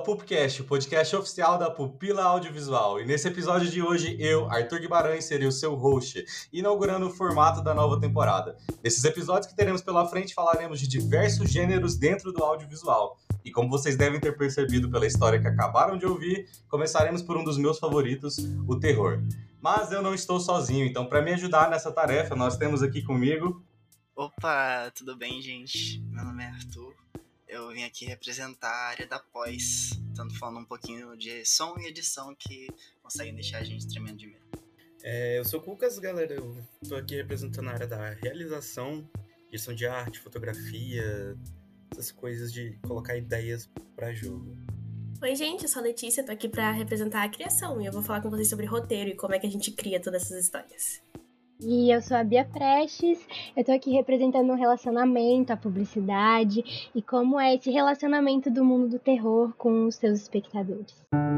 PupCast, o podcast oficial da Pupila Audiovisual. E nesse episódio de hoje, eu, Arthur Guimarães, serei o seu host, inaugurando o formato da nova temporada. Nesses episódios que teremos pela frente, falaremos de diversos gêneros dentro do audiovisual. E como vocês devem ter percebido pela história que acabaram de ouvir, começaremos por um dos meus favoritos, o terror. Mas eu não estou sozinho, então para me ajudar nessa tarefa, nós temos aqui comigo... Opa, tudo bem, gente? Meu nome é Arthur. Eu vim aqui representar a área da pós, tanto falando um pouquinho de som e edição que conseguem deixar a gente tremendo de medo. Eu sou o Cucas, galera. Eu tô aqui representando a área da realização, direção de arte, fotografia, essas coisas de colocar ideias pra jogo. Oi, gente, eu sou a Letícia, tô aqui pra representar a criação e eu vou falar com vocês sobre roteiro e como é que a gente cria todas essas histórias. E eu sou a Bia Prestes, eu tô aqui representando o relacionamento, a publicidade e como é esse relacionamento do mundo do terror com os seus espectadores.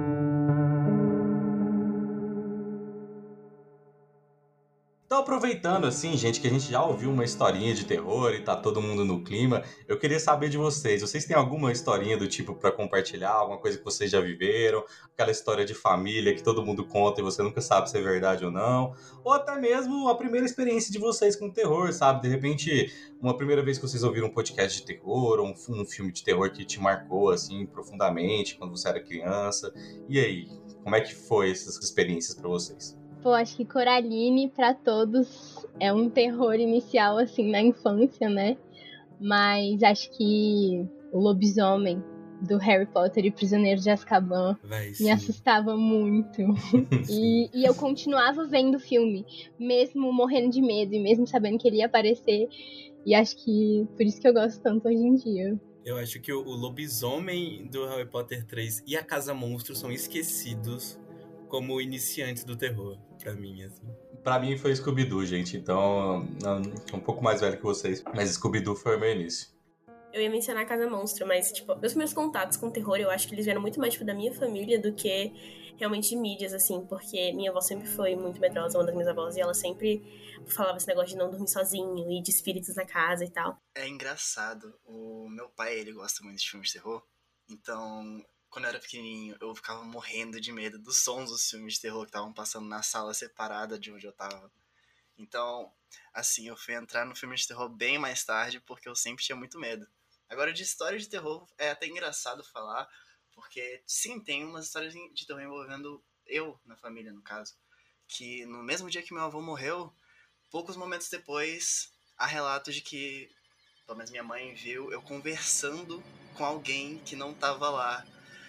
Então, aproveitando assim, gente, que a gente já ouviu uma historinha de terror e tá todo mundo no clima, eu queria saber de vocês. Vocês têm alguma historinha do tipo pra compartilhar? Alguma coisa que vocês já viveram? Aquela história de família que todo mundo conta e você nunca sabe se é verdade ou não? Ou até mesmo a primeira experiência de vocês com terror, sabe? De repente, uma primeira vez que vocês ouviram um podcast de terror ou um filme de terror que te marcou, assim, profundamente quando você era criança. E aí, como é que foi essas experiências pra vocês? Pô, acho que Coraline, pra todos, é um terror inicial, assim, na infância, né? Mas acho que o lobisomem do Harry Potter e Prisioneiro de Azkaban me assustava muito. E eu continuava vendo o filme, mesmo morrendo de medo e mesmo sabendo que ele ia aparecer. E acho que por isso que eu gosto tanto hoje em dia. Eu acho que o lobisomem do Harry Potter 3 e a Casa Monstro são esquecidos como iniciantes do terror, pra mim, assim. Pra mim foi Scooby-Doo, gente. Então, um pouco mais velho que vocês. Mas Scooby-Doo foi o meu início. Eu ia mencionar a Casa Monstro, mas, tipo, meus primeiros contatos com terror, eu acho que eles vieram muito mais, tipo, da minha família do que realmente de mídias, assim. Porque minha avó sempre foi muito medrosa, uma das minhas avós, e ela sempre falava esse negócio de não dormir sozinho e de espíritos na casa e tal. É engraçado, o meu pai, ele gosta muito de filmes de terror, então... Quando eu era pequenininho, eu ficava morrendo de medo dos sons dos filmes de terror que estavam passando na sala separada de onde eu tava. Então, assim, eu fui entrar no filme de terror bem mais tarde, porque eu sempre tinha muito medo. Agora, de história de terror, é até engraçado falar, porque, sim, tem umas histórias de terror envolvendo eu, na família, no caso. Que no mesmo dia que meu avô morreu, poucos momentos depois, há relatos de que, pelo menos minha mãe viu, eu conversando com alguém que não tava lá.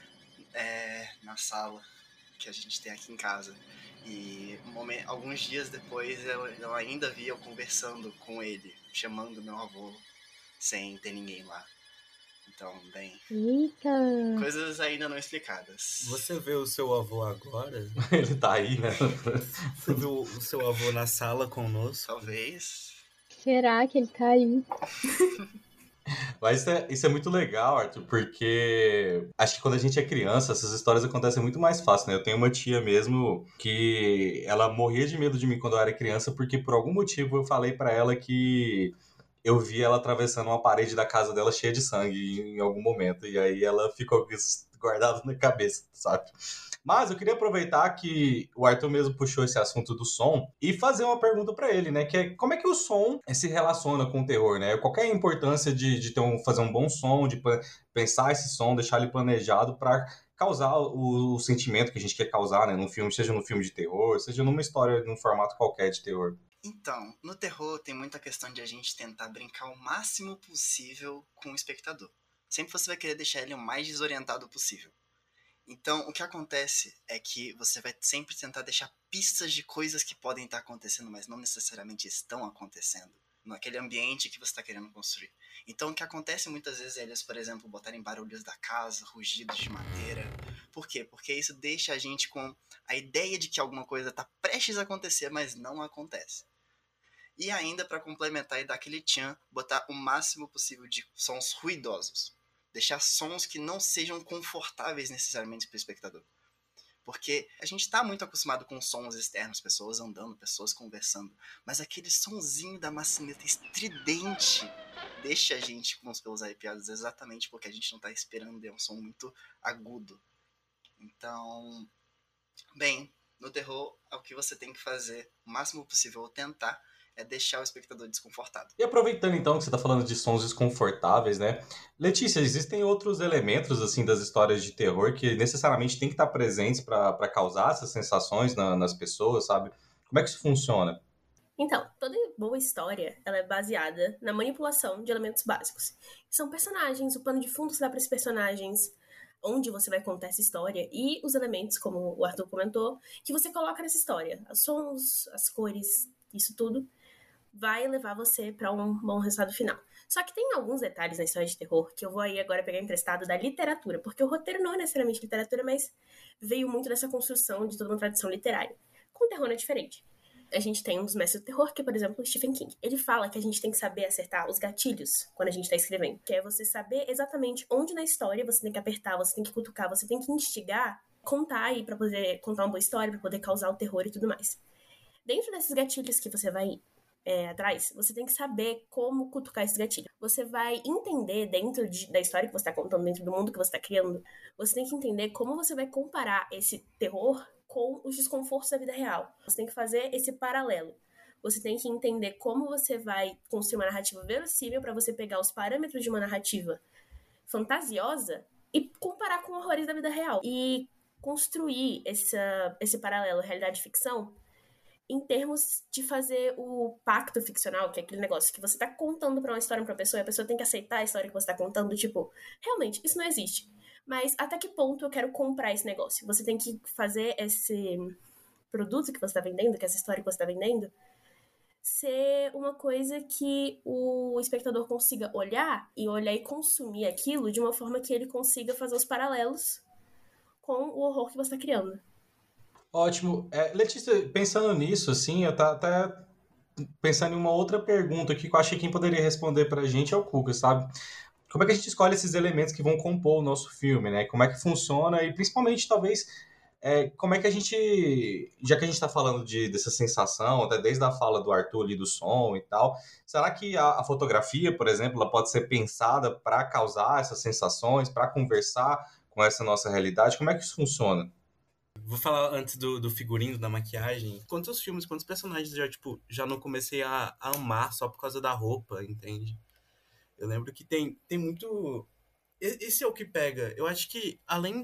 Na sala que a gente tem aqui em casa. E alguns dias depois eu ainda via eu conversando com ele, chamando meu avô, sem ter ninguém lá. Então, bem... Eita! Coisas ainda não explicadas. Você vê o seu avô agora? Ele tá aí, né? Você viu o seu avô na sala conosco? Talvez. Será que ele tá aí? Mas isso é muito legal, Arthur, porque acho que quando a gente é criança, essas histórias acontecem muito mais fácil, né? Eu tenho uma tia mesmo que ela morria de medo de mim quando eu era criança, porque por algum motivo eu falei pra ela que eu vi ela atravessando uma parede da casa dela cheia de sangue em algum momento, e aí ela ficou com isso guardado na cabeça, sabe? Mas eu queria aproveitar que o Arthur mesmo puxou esse assunto do som e fazer uma pergunta pra ele, né? Que é como é que o som se relaciona com o terror, né? Qual que é a importância de fazer um bom som, de pensar esse som, deixar ele planejado pra causar o sentimento que a gente quer causar, né? Num filme, seja num filme de terror, seja numa história, num formato qualquer de terror. Então, no terror tem muita questão de a gente tentar brincar o máximo possível com o espectador. Sempre você vai querer deixar ele o mais desorientado possível. Então, o que acontece é que você vai sempre tentar deixar pistas de coisas que podem estar acontecendo, mas não necessariamente estão acontecendo naquele ambiente que você está querendo construir. Então, o que acontece muitas vezes é eles, por exemplo, botarem barulhos da casa, rugidos de madeira. Por quê? Porque isso deixa a gente com a ideia de que alguma coisa está prestes a acontecer, mas não acontece. E ainda, para complementar e dar aquele tchan, botar o máximo possível de sons ruidosos. Deixar sons que não sejam confortáveis necessariamente para o espectador. Porque a gente está muito acostumado com sons externos, pessoas andando, pessoas conversando. Mas aquele sonzinho da maçaneta estridente deixa a gente com os pelos arrepiados exatamente porque a gente não tá esperando, é um som muito agudo. Então, bem, no terror, o que você tem que fazer o máximo possível, ou tentar, é deixar o espectador desconfortável. E aproveitando então que você está falando de sons desconfortáveis, né? Letícia, existem outros elementos assim das histórias de terror que necessariamente tem que estar presentes para causar essas sensações nas pessoas, sabe? Como é que isso funciona? Então, toda boa história, ela é baseada na manipulação de elementos básicos. São personagens, o pano de fundo que dá para esses personagens, onde você vai contar essa história, e os elementos, como o Arthur comentou, que você coloca nessa história. Os sons, as cores, isso tudo, vai levar você para um bom resultado final. Só que tem alguns detalhes na história de terror que eu vou aí agora pegar emprestado da literatura, porque o roteiro não é necessariamente literatura, mas veio muito dessa construção de toda uma tradição literária. Com o terror não é diferente. A gente tem um dos mestres do terror, que é, por exemplo, o Stephen King. Ele fala que a gente tem que saber acertar os gatilhos quando a gente tá escrevendo. Que é você saber exatamente onde na história você tem que apertar, você tem que cutucar, você tem que instigar, contar aí pra poder contar uma boa história, pra poder causar o terror e tudo mais. Dentro desses gatilhos que você vai atrás, você tem que saber como cutucar esses gatilhos. Você vai entender dentro da história que você tá contando, dentro do mundo que você tá criando, você tem que entender como você vai comparar esse terror com os desconfortos da vida real. Você tem que fazer esse paralelo. Você tem que entender como você vai construir uma narrativa verossímil para você pegar os parâmetros de uma narrativa fantasiosa e comparar com horrores da vida real. E construir esse paralelo realidade e ficção em termos de fazer o pacto ficcional, que é aquele negócio que você tá contando pra uma história pra pessoa e a pessoa tem que aceitar a história que você tá contando, tipo, realmente, isso não existe. Mas até que ponto eu quero comprar esse negócio? Você tem que fazer esse produto que você tá vendendo, que essa história que você tá vendendo, ser uma coisa que o espectador consiga olhar e consumir aquilo de uma forma que ele consiga fazer os paralelos com o horror que você tá criando. Ótimo. Letícia, pensando nisso, assim, eu tá até pensando em uma outra pergunta aqui que eu acho que quem poderia responder pra gente é o Cuca, sabe? Como é que a gente escolhe esses elementos que vão compor o nosso filme, né? Como é que funciona e principalmente, talvez, como é que a gente, já que a gente está falando dessa sensação, até desde a fala do Arthur ali do som e tal, será que a fotografia, por exemplo, ela pode ser pensada para causar essas sensações, para conversar com essa nossa realidade? Como é que isso funciona? Vou falar antes do figurino, da maquiagem. Quantos filmes, quantos personagens já não comecei a amar só por causa da roupa, entende? Eu lembro que tem muito... Esse é o que pega. Eu acho que, além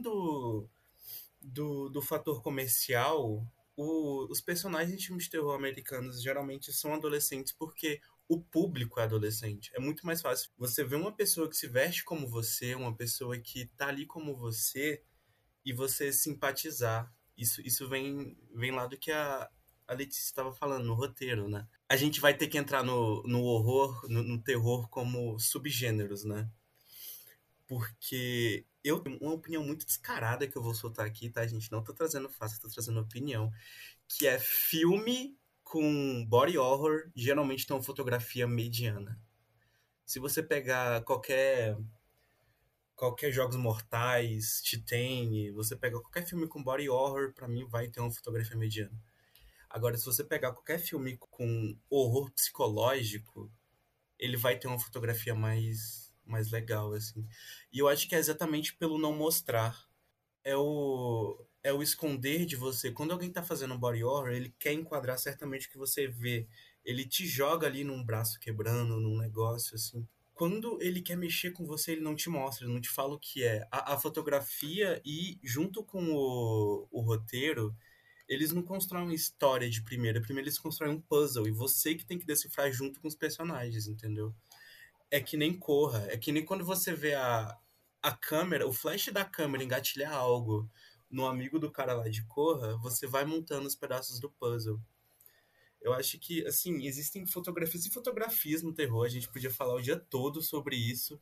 do fator comercial, os personagens de filmes de terror americanos geralmente são adolescentes porque o público é adolescente. É muito mais fácil você ver uma pessoa que se veste como você, uma pessoa que tá ali como você, e você simpatizar. Isso vem lá do que a Letícia estava falando, no roteiro, né? A gente vai ter que entrar no horror, no terror como subgêneros, né? Porque eu tenho uma opinião muito descarada que eu vou soltar aqui, tá, gente? Não tô trazendo fácil, tô trazendo opinião. Que é filme com body horror, geralmente tem uma fotografia mediana. Se você pegar qualquer Jogos Mortais, Titane, você pega qualquer filme com body horror, pra mim vai ter uma fotografia mediana. Agora, se você pegar qualquer filme com horror psicológico, ele vai ter uma fotografia mais legal, assim. E eu acho que é exatamente pelo não mostrar. É o esconder de você. Quando alguém tá fazendo um body horror, ele quer enquadrar certamente o que você vê. Ele te joga ali num braço quebrando, num negócio, assim. Quando ele quer mexer com você, ele não te mostra, ele não te fala o que é. A fotografia e, junto com o roteiro, eles não constroem uma história de primeira. Primeiro eles constroem um puzzle, e você que tem que decifrar junto com os personagens, entendeu? É que nem Corra. É que nem quando você vê a câmera, o flash da câmera engatilhar algo no amigo do cara lá de Corra, você vai montando os pedaços do puzzle. Eu acho que, assim, existem fotografias e fotografias no terror. A gente podia falar o dia todo sobre isso.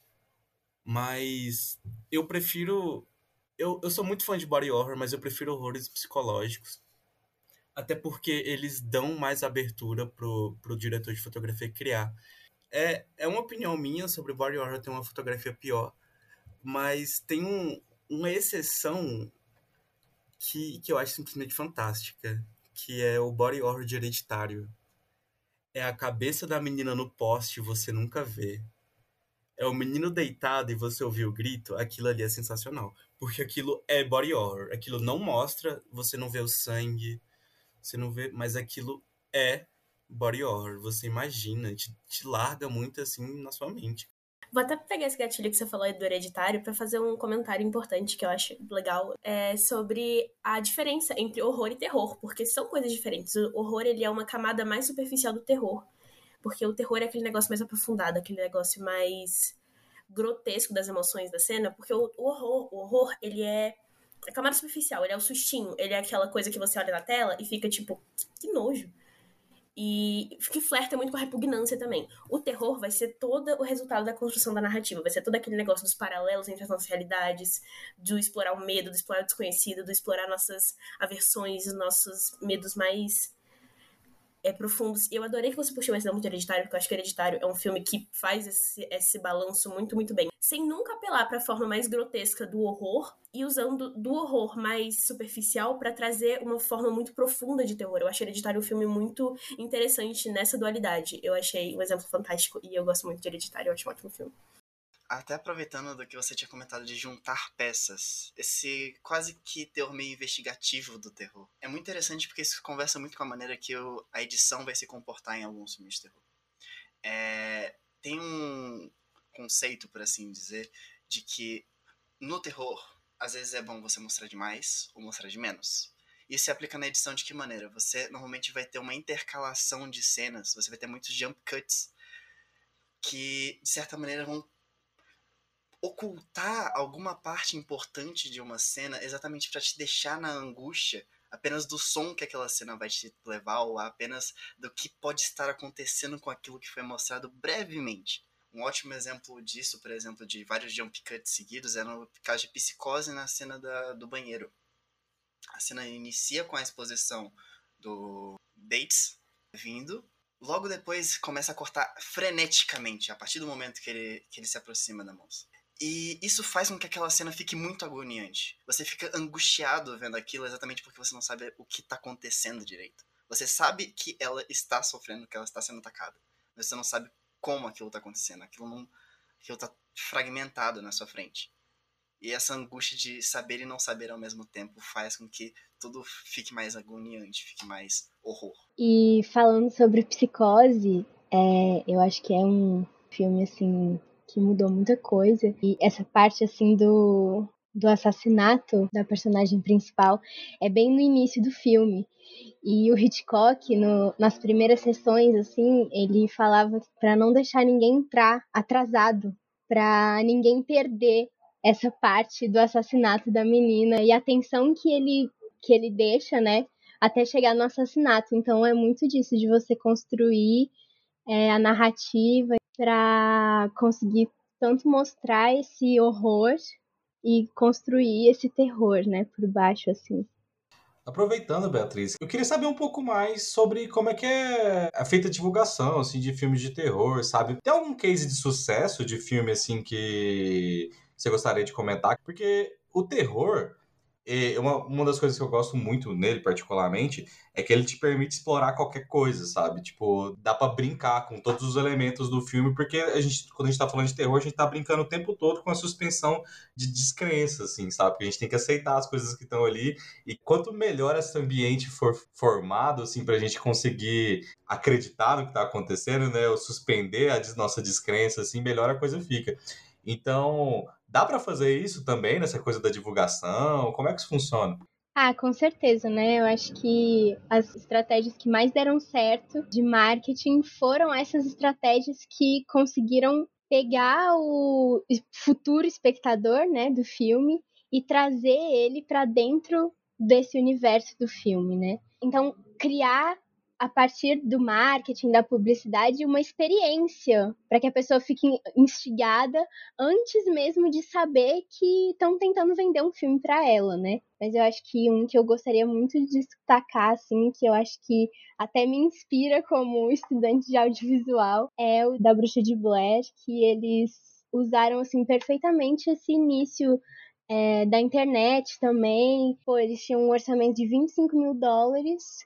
Mas eu prefiro... Eu sou muito fã de body horror, mas eu prefiro horrores psicológicos. Até porque eles dão mais abertura pro diretor de fotografia criar. É uma opinião minha sobre body horror ter uma fotografia pior. Mas tem uma exceção que eu acho simplesmente fantástica. Que é o body horror de Hereditário. é a cabeça da menina no poste e você nunca vê. É o menino deitado e você ouvir o grito, aquilo ali é sensacional. Porque aquilo é body horror. Aquilo não mostra, você não vê o sangue, você não vê, mas aquilo é body horror. Você imagina, te larga muito assim na sua mente. Vou até pegar esse gatilho que você falou aí do Hereditário pra fazer um comentário importante que eu acho legal. É sobre a diferença entre horror e terror, porque são coisas diferentes. O horror, ele é uma camada mais superficial do terror. Porque o terror é aquele negócio mais aprofundado, aquele negócio mais grotesco das emoções da cena, porque o horror, ele é a camada superficial, ele é o sustinho, ele é aquela coisa que você olha na tela e fica tipo, que nojo. E que flerta muito com a repugnância também. O terror vai ser todo o resultado da construção da narrativa, vai ser todo aquele negócio dos paralelos entre as nossas realidades, do explorar o medo, do explorar o desconhecido, do explorar nossas aversões, os nossos medos mais profundos. E eu adorei que você puxou esse nome de Hereditário, porque eu acho que Hereditário é um filme que faz esse balanço muito, muito bem. Sem nunca apelar pra forma mais grotesca do horror e usando do horror mais superficial pra trazer uma forma muito profunda de terror. Eu achei Hereditário um filme muito interessante nessa dualidade. Eu achei um exemplo fantástico e eu gosto muito de Hereditário, eu acho um ótimo filme. Até aproveitando do que você tinha comentado de juntar peças, esse quase que terror meio investigativo do terror. É muito interessante porque isso conversa muito com a maneira que a edição vai se comportar em alguns filmes de terror. Tem um conceito, por assim dizer, de que no terror, às vezes é bom você mostrar de mais ou mostrar de menos. Isso se aplica na edição de que maneira? Você normalmente vai ter uma intercalação de cenas, você vai ter muitos jump cuts que, de certa maneira, vão ocultar alguma parte importante de uma cena exatamente para te deixar na angústia apenas do som que aquela cena vai te levar ou apenas do que pode estar acontecendo com aquilo que foi mostrado brevemente. Um ótimo exemplo disso, por exemplo, de vários jump cuts seguidos é no caso de Psicose na cena do banheiro. A cena inicia com a exposição do Bates vindo, logo depois começa a cortar freneticamente a partir do momento que ele se aproxima da moça. E isso faz com que aquela cena fique muito agoniante. Você fica angustiado vendo aquilo exatamente porque você não sabe o que está acontecendo direito. Você sabe que ela está sofrendo, que ela está sendo atacada. Mas você não sabe como aquilo está acontecendo. Aquilo está fragmentado na sua frente. E essa angústia de saber e não saber ao mesmo tempo faz com que tudo fique mais agoniante, fique mais horror. E falando sobre Psicose, eu acho que é um filme, assim, que mudou muita coisa. E essa parte, assim, do assassinato da personagem principal é bem no início do filme. E o Hitchcock, nas primeiras sessões, assim, ele falava para não deixar ninguém entrar atrasado, para ninguém perder essa parte do assassinato da menina e a tensão que ele deixa, né, até chegar no assassinato. Então é muito disso, de você construir a narrativa para conseguir tanto mostrar esse horror e construir esse terror, né, por baixo, assim. Aproveitando, Beatriz, eu queria saber um pouco mais sobre como é que é feita a divulgação, assim, de filmes de terror, sabe? Tem algum case de sucesso de filme, assim, que você gostaria de comentar? Porque o terror, uma das coisas que eu gosto muito nele, particularmente, é que ele te permite explorar qualquer coisa, sabe? Tipo, dá pra brincar com todos os elementos do filme, porque quando a gente tá falando de terror, a gente tá brincando o tempo todo com a suspensão de descrença, assim, sabe? Porque a gente tem que aceitar as coisas que estão ali, e quanto melhor esse ambiente for formado, assim, pra gente conseguir acreditar no que tá acontecendo, né? Ou suspender a nossa descrença, assim, melhor a coisa fica. Então, dá para fazer isso também nessa coisa da divulgação? Como é que isso funciona? Ah, com certeza, né? Eu acho que as estratégias que mais deram certo de marketing foram essas estratégias que conseguiram pegar o futuro espectador, né, do filme e trazer ele para dentro desse universo do filme, né? Então, criar a partir do marketing, da publicidade, uma experiência para que a pessoa fique instigada antes mesmo de saber que estão tentando vender um filme para ela, né? Mas eu acho que um que eu gostaria muito de destacar, assim, que eu acho que até me inspira como estudante de audiovisual, é o da Bruxa de Blair, que eles usaram, assim, perfeitamente esse início da internet também. Pô, eles tinham um orçamento de $25 mil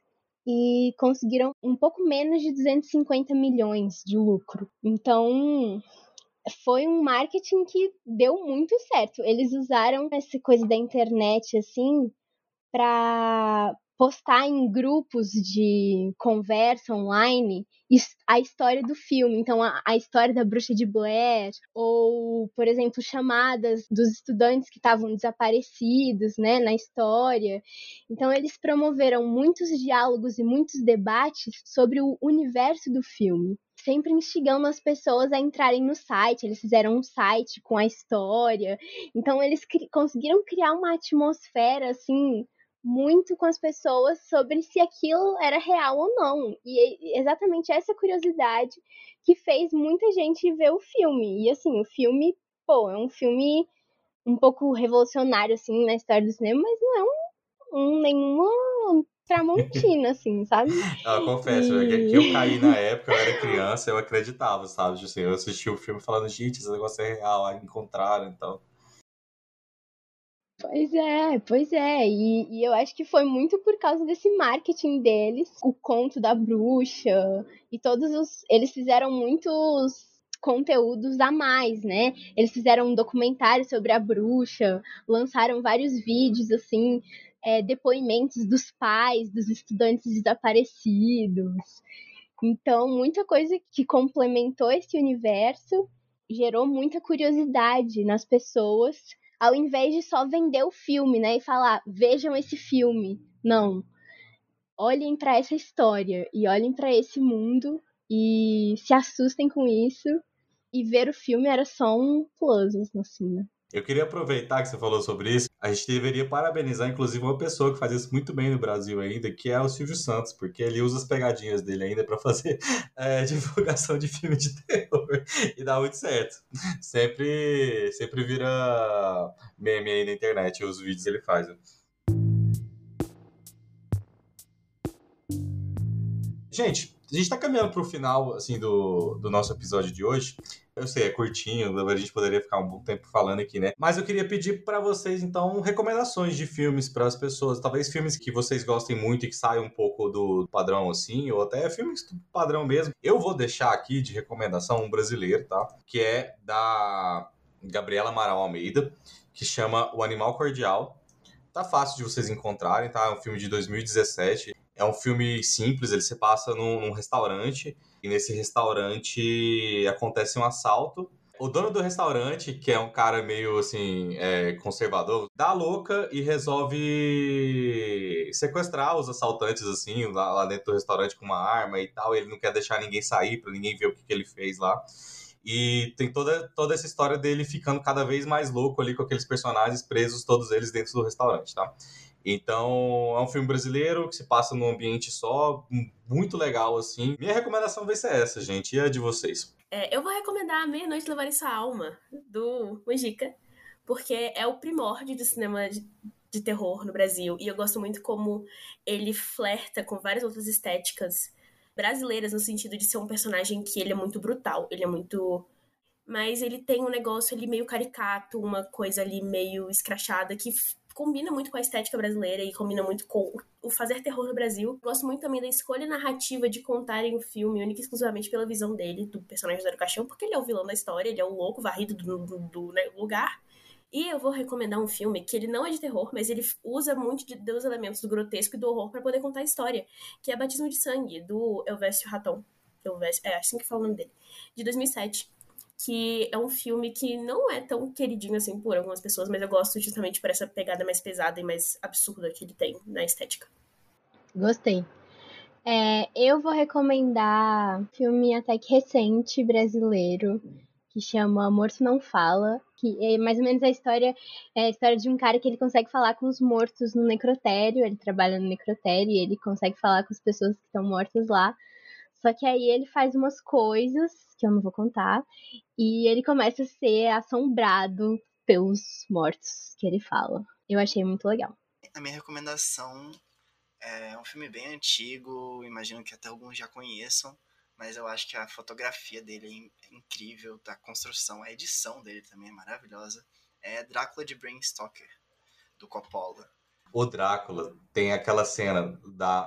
e conseguiram um pouco menos de 250 milhões de lucro. Então, foi um marketing que deu muito certo. Eles usaram essa coisa da internet, assim, para postar em grupos de conversa online a história do filme. Então, a história da Bruxa de Blair, ou, por exemplo, chamadas dos estudantes que estavam desaparecidos, né, na história. Então, eles promoveram muitos diálogos e muitos debates sobre o universo do filme, sempre instigando as pessoas a entrarem no site. Eles fizeram um site com a história. Então, eles conseguiram criar uma atmosfera, assim, muito com as pessoas sobre se aquilo era real ou não. E exatamente essa curiosidade que fez muita gente ver o filme. E assim, o filme, pô, é um filme um pouco revolucionário, assim, na história do cinema, mas não é nenhuma Tramontina, assim, sabe? Eu confesso, que eu E caí na época, eu era criança, eu acreditava, sabe? Tipo assim, eu assisti o filme falando, gente, esse negócio é real, aí encontraram, então. Pois é. E eu acho que foi muito por causa desse marketing deles, o conto da bruxa e todos os. Eles fizeram muitos conteúdos a mais, né? Eles fizeram um documentário sobre a bruxa, lançaram vários vídeos, assim, depoimentos dos pais, dos estudantes desaparecidos. Então, muita coisa que complementou esse universo gerou muita curiosidade nas pessoas, ao invés de só vender o filme, né, e falar, vejam esse filme. Não, olhem para essa história e olhem para esse mundo e se assustem com isso. E ver o filme era só um plus, assim, né? Eu queria aproveitar que você falou sobre isso. A gente deveria parabenizar, inclusive, uma pessoa que faz isso muito bem no Brasil ainda, que é o Silvio Santos, porque ele usa as pegadinhas dele ainda para fazer divulgação de filme de terror. E dá muito certo. Sempre vira meme aí na internet os vídeos que ele faz. Gente, a gente tá caminhando pro final, assim, do nosso episódio de hoje. Eu sei, é curtinho, a gente poderia ficar um bom tempo falando aqui, né? Mas eu queria pedir pra vocês, então, recomendações de filmes pras pessoas. Talvez filmes que vocês gostem muito e que saiam um pouco do padrão, assim, ou até filmes do padrão mesmo. Eu vou deixar aqui de recomendação um brasileiro, tá? Que é da Gabriela Amaral Almeida, que chama O Animal Cordial. Tá fácil de vocês encontrarem, tá? É um filme de 2017. É um filme simples, ele se passa num restaurante, e nesse restaurante acontece um assalto. O dono do restaurante, que é um cara meio assim, conservador, dá a louca e resolve sequestrar os assaltantes, assim, lá dentro do restaurante com uma arma e tal. Ele não quer deixar ninguém sair, pra ninguém ver o que ele fez lá. E tem toda essa história dele ficando cada vez mais louco ali com aqueles personagens presos, todos eles dentro do restaurante, tá? Então, é um filme brasileiro que se passa num ambiente só, muito legal, assim. Minha recomendação vai ser essa, gente. E a de vocês? Eu vou recomendar A Meia-Noite Levarei Sua Alma, do Mujica, porque é o primórdio do cinema de terror no Brasil. E eu gosto muito como ele flerta com várias outras estéticas brasileiras, no sentido de ser um personagem que ele é muito brutal, ele é muito... Mas ele tem um negócio ali meio caricato, uma coisa ali meio escrachada, que combina muito com a estética brasileira e combina muito com o fazer terror no Brasil. Gosto muito também da escolha narrativa de contarem o filme única e exclusivamente pela visão dele, do personagem do Caixão, porque ele é o vilão da história, ele é o louco varrido do lugar. E eu vou recomendar um filme que ele não é de terror, mas ele usa muito dos elementos do grotesco e do horror para poder contar a história, que é Batismo de Sangue, do Elvésio Raton. Assim que fala o nome dele. De 2007. Que é um filme que não é tão queridinho assim por algumas pessoas, mas eu gosto justamente por essa pegada mais pesada e mais absurda que ele tem na estética. Gostei. Eu vou recomendar um filme até que recente brasileiro que chama Morto Não Fala, que é mais ou menos a história de um cara que ele consegue falar com os mortos no necrotério. Ele trabalha no necrotério e ele consegue falar com as pessoas que estão mortas lá. Só que aí ele faz umas coisas que eu não vou contar e ele começa a ser assombrado pelos mortos que ele fala. Eu achei muito legal. A minha recomendação é um filme bem antigo, imagino que até alguns já conheçam, mas eu acho que a fotografia dele é incrível, a construção, a edição dele também é maravilhosa. É Drácula de Bram Stoker, do Coppola. O Drácula tem aquela cena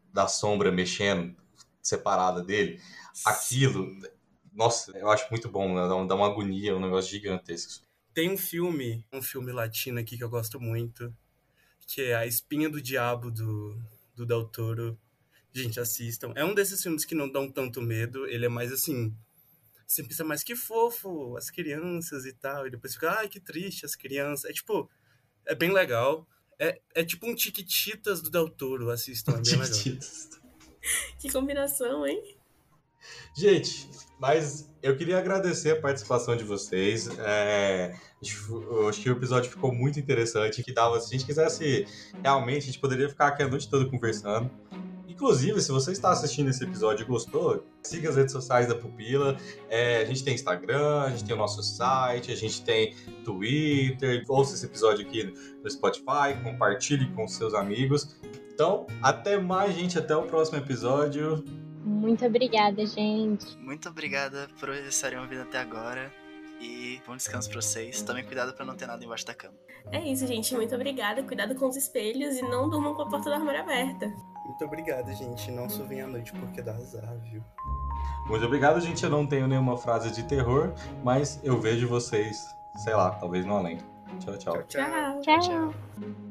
da sombra mexendo, separada dele, aquilo, nossa, eu acho muito bom, né? Dá uma agonia, um negócio gigantesco. Tem um filme latino aqui que eu gosto muito, que é A Espinha do Diabo, do Del Toro. Gente, assistam. É um desses filmes que não dão tanto medo, ele é mais assim, você pensa mais que fofo, as crianças e tal, e depois fica, ai, que triste, as crianças. É tipo, é bem legal. É tipo um Chiquititas do Del Toro, assistam, é bem legal. Que combinação, hein? Gente, mas eu queria agradecer a participação de vocês. Eu acho que o episódio ficou muito interessante, que dava, se a gente quisesse realmente, a gente poderia ficar aqui a noite toda conversando. Inclusive, se você está assistindo esse episódio e gostou, siga as redes sociais da Pupila. A gente tem Instagram, a gente tem o nosso site, a gente tem Twitter. Ouça esse episódio aqui no Spotify, compartilhe com seus amigos. Então, até mais, gente. Até o próximo episódio. Muito obrigada, gente. Muito obrigada por estarem ouvindo até agora. E bom descanso pra vocês. Tomem cuidado pra não ter nada embaixo da cama. É isso, gente. Muito obrigada. Cuidado com os espelhos e não durmam com a porta do armário aberta. Muito obrigado, gente. Não sovem à noite porque dá azar, viu? Muito obrigado, gente. Eu não tenho nenhuma frase de terror, mas eu vejo vocês, sei lá, talvez no além. Tchau, tchau. Tchau, tchau. Tchau.